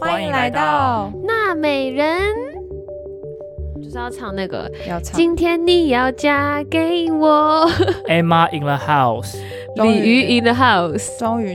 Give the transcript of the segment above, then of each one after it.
欢迎来到娜美人，就是要唱那个要唱今天你要嫁给我 Emma in the house， 鲤鱼 in the house， 终于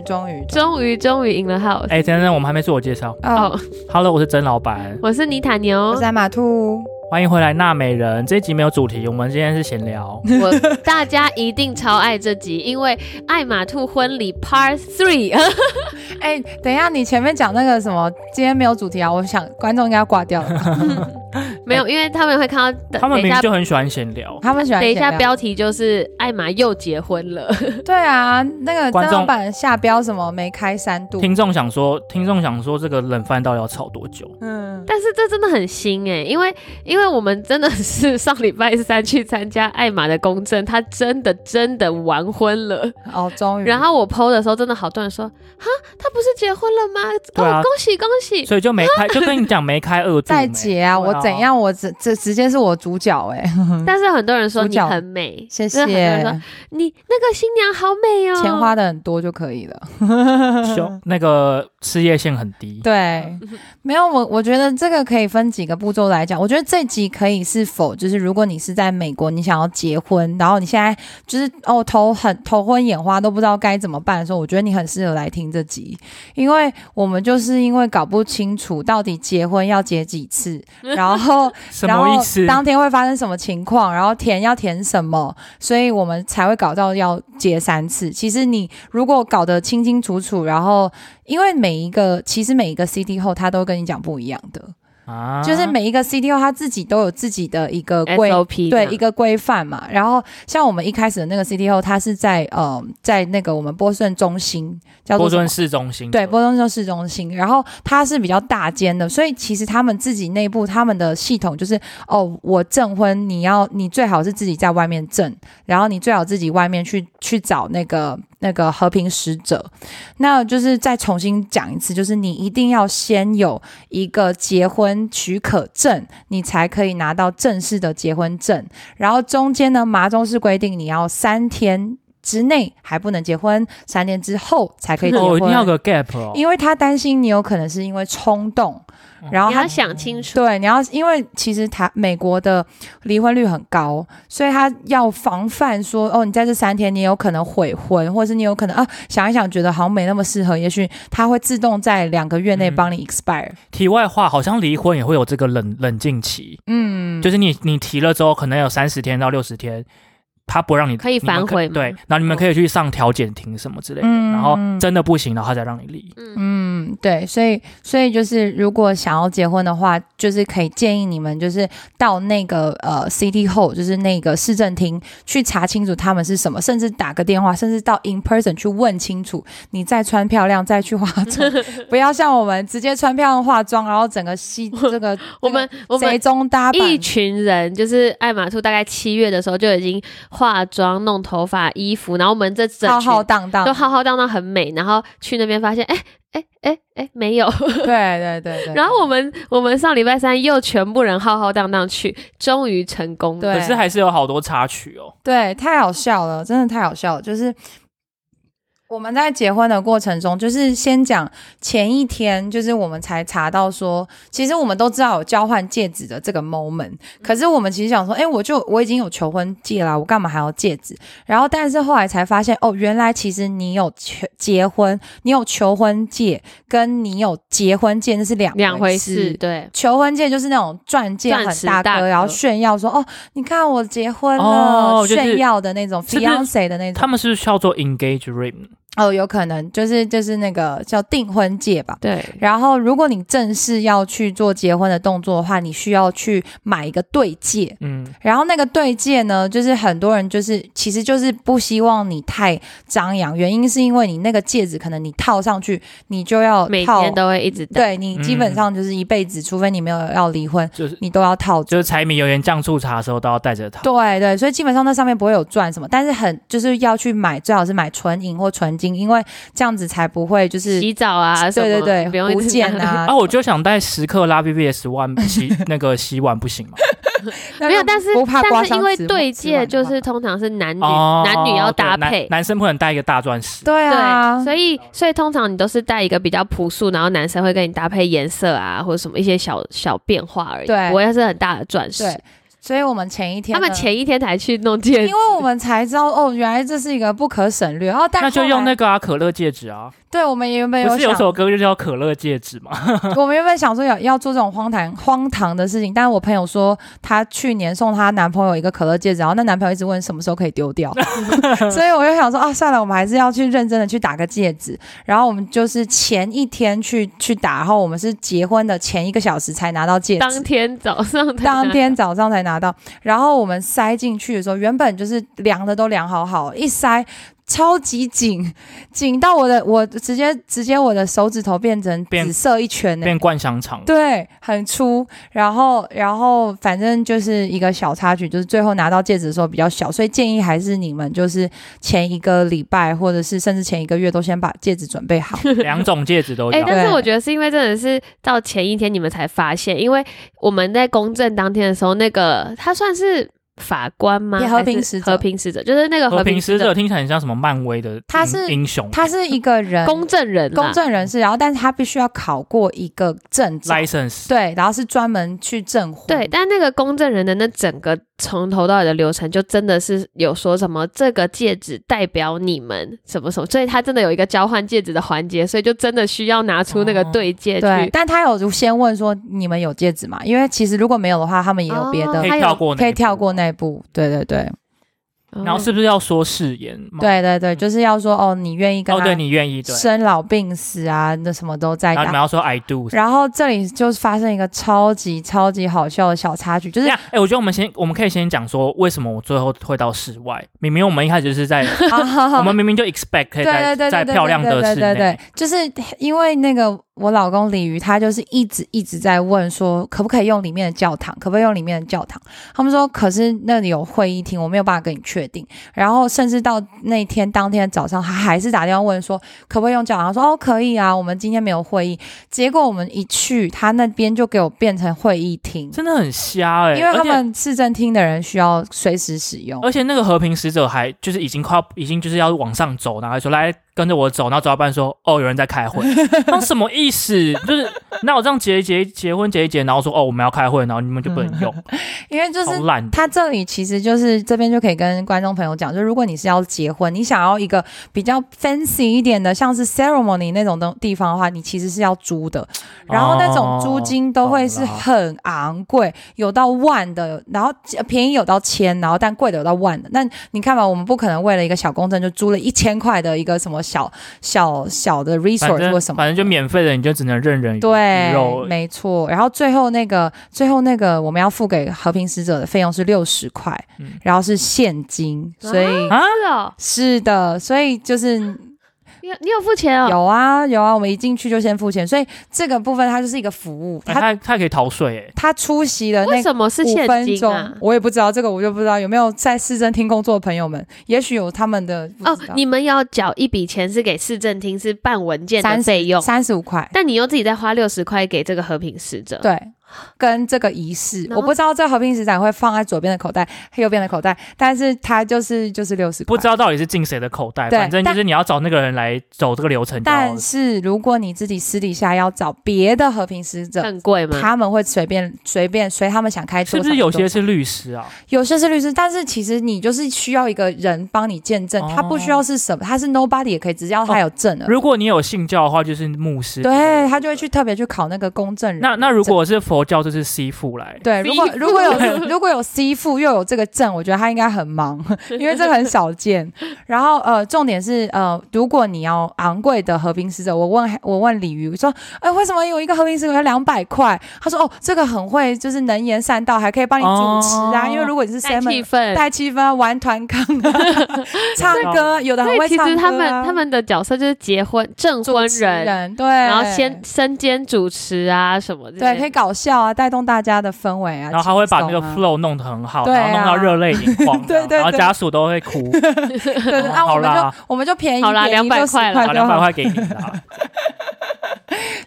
in the house。 等等，我们还没自我介绍。 哦， Hello， 我是曾老板， 我是妮塔牛， 我是艾玛兔。 欢迎回来娜美人。这一集没有主题，我们今天是闲聊。 大家一定超爱这集，因为艾玛兔婚礼 Part 3。 等一下，你前面讲那个什么，今天没有主题啊？我想观众应该要挂掉了。 没有，因为他们会看到， 他们明明就很喜欢闲聊， 他们喜欢等一下闲聊标题就是艾玛又结婚了。 对啊，那个观众曾老板下标什么没开3度， 听众想说这个冷饭到底要炒多久？ 但是这真的很新因为我们真的是上礼拜3去参加艾玛的公证，她真的完婚了哦，终于。 然后我 PO 的时候，真的好多人说，哈，她不是结婚了吗？ 对啊， 恭喜恭喜！ 所以就没开，就跟你讲没开2度再结啊！我怎样？我直接是我主角但是很多人说你很美， 谢谢。 很多人说你那个新娘好美哦， 钱花的很多就可以了。 那个事业线很低。 对，没有我觉得这个可以分几个步骤来讲。我觉得这集可以是否就是如果你是在美国，你想要结婚，然后你现在就是头昏眼花都不知道该怎么办的时候，我觉得你很适合来听这集，因为我们就是因为搞不清楚到底结婚要结几次，然后什么意思？ 当天会发生什么情况，然后要填什么，所以我们才会搞到要结3次。其实你如果搞得清清楚楚，然后因为其实每一个 City Hall 他都跟你讲不一样的。就是每一个 City Hall 他自己都有自己的一个 SOP， 对，一个规范嘛。然后像我们一开始的那个 City Hall， 它是在那个我们波士顿中心，叫做波士顿市中心， 对，波士顿市中心。然后它是比较大间的，所以其实他们自己内部他们的系统就是我证婚你最好是自己在外面证，然后你最好自己外面去找那个和平使者。那就是再重新讲一次，就是你一定要先有一个结婚许可证，你才可以拿到正式的结婚证。然后中间呢，麻州是规定你要3天之内还不能结婚，3天之后才可以结婚。 一定要有个 gap 因为他担心你有可能是因为冲动。然后你要想清楚， 对，因为其实美国的离婚率很高，所以他要防范说你在这3天你有可能悔婚，或者是你有可能想一想觉得好像没那么适合，也许他会自动在2个月内帮你 expire。 题外话，好像离婚也会有这个冷静期，就是你提了之后，可能有30天到60天。他不让你可以反悔吗？ 对，然后你们可以去上调解庭什么之类的，然后真的不行，然后他再让你离。 对，所以就是如果想要结婚的话，就是可以建议你们就是到那个City Hall， 就是那个市政厅去查清楚他们是什么，甚至打个电话，甚至到 in person 去问清楚，你再穿漂亮再去化妆，不要像我们直接穿漂亮化妆，然后整个这个我们贼中搭扮一群人，就是艾玛兔大概7月的时候就已经化妆、弄头发、衣服，然后我们这整群浩浩荡荡， 都浩浩荡荡很美，然后去那边发现，没有， 对。 然后我们上礼拜3又全部人浩浩荡荡去，终于成功。 对， 可是还是有好多插曲哦。 对，太好笑了，真的太好笑了，就是我们在结婚的过程中，就是先讲前一天，就是我们才查到说，其实我们都知道有交换戒指的这个 moment， 可是我们其实想说，我已经有求婚戒啦，我干嘛还要戒指？然后但是后来才发现，原来其实你有结婚，你有求婚戒，跟你有结婚戒那是两回事。 对， 求婚戒就是那种钻戒很大颗，然后炫耀说，你看我结婚了，炫耀的那种 fiancé 的那种。 他们是叫做 engage ring。 有可能就是那个叫订婚戒吧。 对。 然后如果你正式要去做结婚的动作的话，你需要去买一个对戒。然后那个对戒呢，就是很多人其实就是不希望你太张扬，原因是因为你那个戒指可能你套上去，你就要每天都会一直戴。 对，你基本上就是一辈子，除非你没有要离婚，你都要套着。 就是柴米油盐酱醋茶的时候都要带着套。 对，所以基本上那上面不会有钻什么，但是就是要去买，最好是买纯银或纯金，因为这样子才不会就是洗澡啊什么， 对，不用不见啊。 我就想带10克拉 BBS 那个洗碗不行吗？ 没有，但是不怕刮伤因为对戒就是通常是男女要搭配， 男生不能戴一个大钻石。 对啊， 所以通常你都是戴一个比较朴素，然后男生会跟你搭配颜色啊，或者什么一些小变化而已， 对， 不会是很大的钻石。 对。所以我们前一天他们前一天才去弄戒指， 因为我们才知道哦，原来这是一个不可省略。然后那就用那个可乐戒指啊。 对，我们原本有不是有首歌就叫可乐戒指吗？ 我们原本想说要做这种荒唐的事情，但是我朋友说她去年送她男朋友一个可乐戒指，然后那男朋友一直问什么时候可以丢掉，所以我就想说啊，算了，我们还是要去认真的去打个戒指。然后我们就是前一天去打，然后我们是结婚的前1个小时才拿到戒指， 当天早上才拿到。然后我们塞进去的时候，原本就是量的都量好，一塞超级紧到我直接我的手指头变成紫色一圈， 变灌香肠， 对，很粗。然后反正就是一个小插曲，就是最后拿到戒指的时候比较小，所以建议还是你们就是前1个礼拜或者是甚至前1个月都先把戒指准备好。 2种戒指都有。 但是我觉得是因为真的是到前一天你们才发现，因为我们在公证当天的时候，那个他算是法官吗？ 和平使者，就是那个和平使者听起来很像什么漫威的英雄。 他是一个人， 公证人士，然后但是他必须要考过一个证照 license， 对，然后是专门去证婚。 对，但那个公证人的那整个从头到尾的流程，就真的是有说什么这个戒指代表你们什么什么，所以他真的有一个交换戒指的环节，所以就真的需要拿出那个对戒去。 对，但他有先问说你们有戒指吗？因为其实如果没有的话，他们也有别的， 可以跳过那步。对。 然后是不是要说誓言？ 对，就是要说哦，你愿意跟他对你愿意生老病死啊，那什么都在打。 然后你们要说 I do。 然后这里就发生一个超级好笑的小插曲，就是我觉得我们可以先讲说为什么我最后会到室外。明明我们一开始就是在我们明明就 expect 可以在漂亮的室内， 对，就是因为那个我老公李瑜他就是一直在问说可不可以用里面的教堂，他们说可是那里有会议厅，我没有办法跟你确定。然后甚至到那天当天早上他还是打电话问说可不可以用教堂，他说哦可以啊，我们今天没有会议。结果我们一去他那边就给我变成会议厅， 真的很瞎因为他们市政厅的人需要随时使用， 而且那个和平使者还就是已经就是要往上走，然后说来跟着我走，然后走到半说哦有人在开会，那什么意思？就是那我这样结婚结一结，然后说哦我们要开会，然后你们就不能用， 因为就是他这里其实就是这边就可以跟观众朋友讲，就如果你是要结婚，你想要一个比较 fancy 一点的，像是 ceremony 那种地方的话，你其实是要租的，然后那种租金都会是很昂贵，有到10000的，然后便宜有到1000，然后但贵的有到10000的。那你看吧，我们不可能为了一个小公证就租了1000块的一个什么小的 resource 或什么， 反正就免费的，你就只能任人对，没错。然后最后那个我们要付给和平使者的费用是60块，然后是现金，所以是的，所以就是你有付钱哦？ 有啊，我们一进去就先付钱，所以这个部分它就是一个服务， 他可以逃税耶。 他出席了为什么是现金啊？ 我也不知道，这个我就不知道有没有在市政厅工作的朋友们，也许有他们的你们要缴一笔钱是给市政厅是办文件的费用 35块， 但你又自己再花60块给这个和平使者， 对。跟这个仪式，我不知道这个和平使者会放在左边的口袋右边的口袋，但是它就是60块， 不知道到底是进谁的口袋，反正就是你要找那个人来走这个流程。 但是如果你自己私底下要找别的和平使者， 很贵吗？ 他们会随他们想开多少， 是不是有些是律师啊？ 有些是律师，但是其实你就是需要一个人帮你见证，他不需要是什么，他是 nobody 也可以，只要他有证了。 如果你有信教的话，就是牧师， 对，他就会特别去考那个公证人。 那如果是佛教，就是师父来。 对，如果有师父又有这个证，我觉得他应该很忙，因为这个很少见。然后重点是如果你要昂贵的和平使者，我问李瑜说，为什么有一个和平使者要200块？他说这个很会，就是能言善道，还可以帮你主持啊。因为如果你是带气氛玩团康唱歌，有的很会唱歌。 其实他们的角色就是证婚人， 对， 然后身兼主持啊什么的， 对，可以搞笑啊，带动大家的氛围啊。 然后他会把那个 flow 弄得很好，然后弄到热泪盈眶，对，然后家属都会哭。 对，好啦，我们就便宜好啦，200块了，200块给你啦。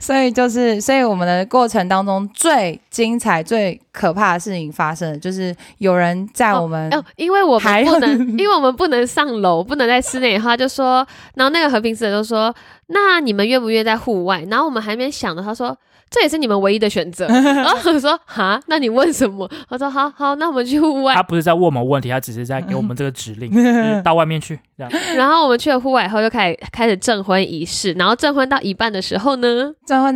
所以我们的过程当中最精彩、最可怕的事情发生了，就是有人在我们因为我们不能上楼，不能在室内，他就说，然后那个和平使者就说，那你们愿不愿意在户外？然后我们还没想呢，他说这也是你们唯一的选择。然后我说哈，那你问什么？他说好，那我们去户外。 他不是在问我们问题，他只是在给我们这个指令，就是到外面去这样。 然后我们去了户外以后，就开始证婚仪式。然后证婚到一半的时候呢，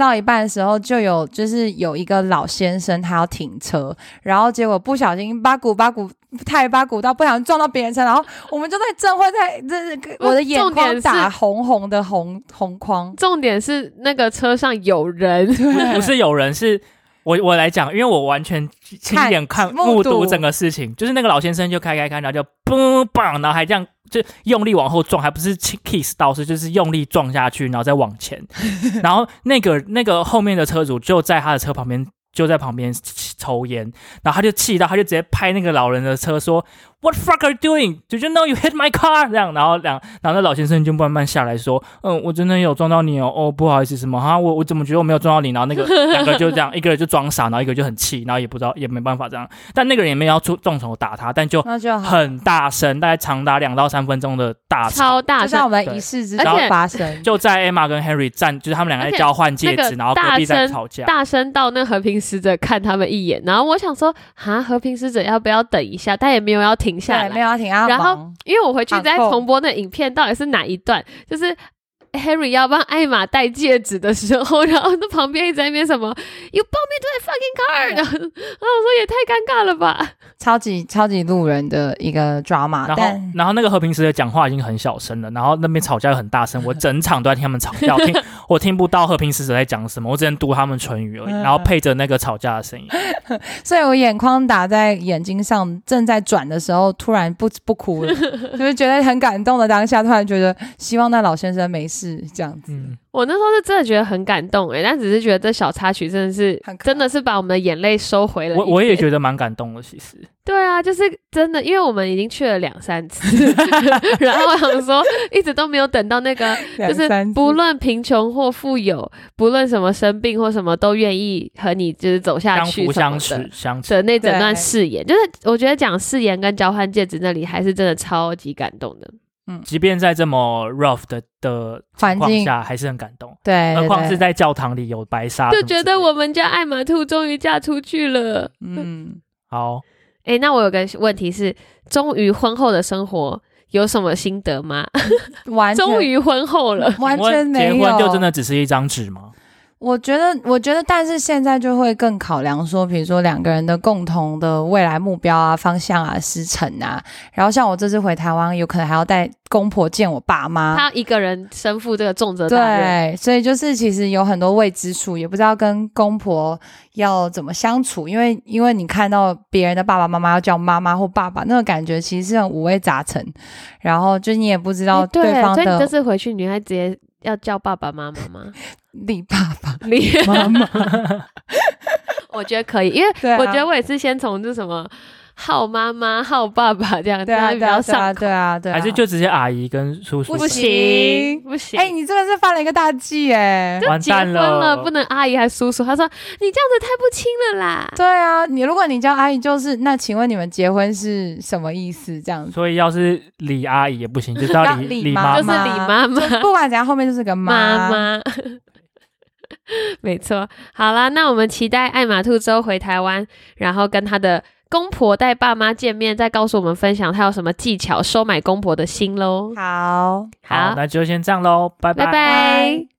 就是有一个老先生他要停车，然后结果不小心八股太八股到不小心撞到别人车，然后我们就在证婚我的眼眶打红红的红框。 重点是那个车上有人， 不是有人，是我来讲，因为我完全亲眼目睹整个事情，就是那个老先生就开，然后就嘣嘣，然后还这样就用力往后撞，还不是 kiss 到，就是用力撞下去，然后再往前，然后那个后面的车主就在他的车旁边。就在旁边抽烟，然后他就气到，他就直接拍那个老人的车说 What the fuck are you doing? Did you know you hit my car? 这样，然后那老先生就慢慢下来说，我真的有撞到你哦，不好意思什么哈，我怎么觉得我没有撞到你？然后那个两个就这样，一个人就装傻，然后一个就很气，然后也不知道也没办法这样，但那个人也没有要动手打他，但就很大声，大概长达2到3分钟的大吵， 超大声， 就像我们仪式之中发生， 就在 Emma 跟 Henry 站，就是他们两个在交换戒指，然后隔壁在吵架， 大声到那和平使者看他们一眼，然后我想说，和平使者要不要等一下？他也没有要停下来， 没有要停， 然后因为我回去再重播那影片，到底是哪一段？就是 Harry 要帮艾玛戴戒指的时候，然后那旁边一直在那边什么 You bought me to a fucking car， 然后我说也太尴尬了吧， 超级路人的一个 drama。 然后那个和平使者讲话已经很小声了，然后那边吵架又很大声，我整场都在听他们吵架，我听不到和平使者在讲什么，我只能读他们唇语而已，然后配着那个吵架的声音。 所以我眼眶打在眼睛上，正在转的时候，突然不哭了，就是觉得很感动的当下，突然觉得希望那老先生没事这样子。 我那时候是真的觉得很感动但只是觉得这小插曲真的是把我们的眼泪收回了。 我也觉得蛮感动的，其实。 对啊，就是真的，因为我们已经去了2-3次，然后我想说一直都没有等到那个，就是不论贫穷或富有，不论什么生病或什么，都愿意和你就是走下去相处的那整段誓言，就是我觉得讲誓言跟交换戒指那里还是真的超级感动的。 即便在这么 rough 的情况下，还是很感动。 对， 何况是在教堂里有白纱， 就觉得我们家艾玛兔终于嫁出去了。 好。 那我有个问题是，终于婚后的生活有什么心得吗？终于婚后了， 完全没有。 结婚就真的只是一张纸吗？ 我觉得，但是现在就会更考量说，比如说2个人的共同的未来目标啊、方向啊、时程啊。然后像我这次回台湾，有可能还要带公婆见我爸妈， 他一个人身负这个重责大任。 对，所以就是其实有很多未知数，也不知道跟公婆要怎么相处，因为你看到别人的爸爸妈妈要叫妈妈或爸爸，那个感觉其实是很五味杂陈。然后就你也不知道对方的， 所以你这次回去，你还直接要叫爸爸妈妈吗？ 李爸爸、李妈妈， 我觉得可以，因为我觉得我也是先从这什么好妈妈、好爸爸这样， 对啊， 比较上口， 对啊， 还是就直接阿姨跟叔叔？ 不行， 你真的是犯了一个大忌完蛋了，不能阿姨还叔叔。他说你这样子太不亲了啦。 对啊，如果你叫阿姨，就是那请问你们结婚是什么意思？这样子， 所以要是李阿姨也不行，就是要李妈妈，就是李妈妈， 不管怎样，后面就是个妈妈。没错，好啦，那我们期待艾玛兔之后回台湾，然后跟他的公婆带爸妈见面，再告诉我们分享他有什么技巧收买公婆的心咯。 好， 那就先这样咯，拜拜。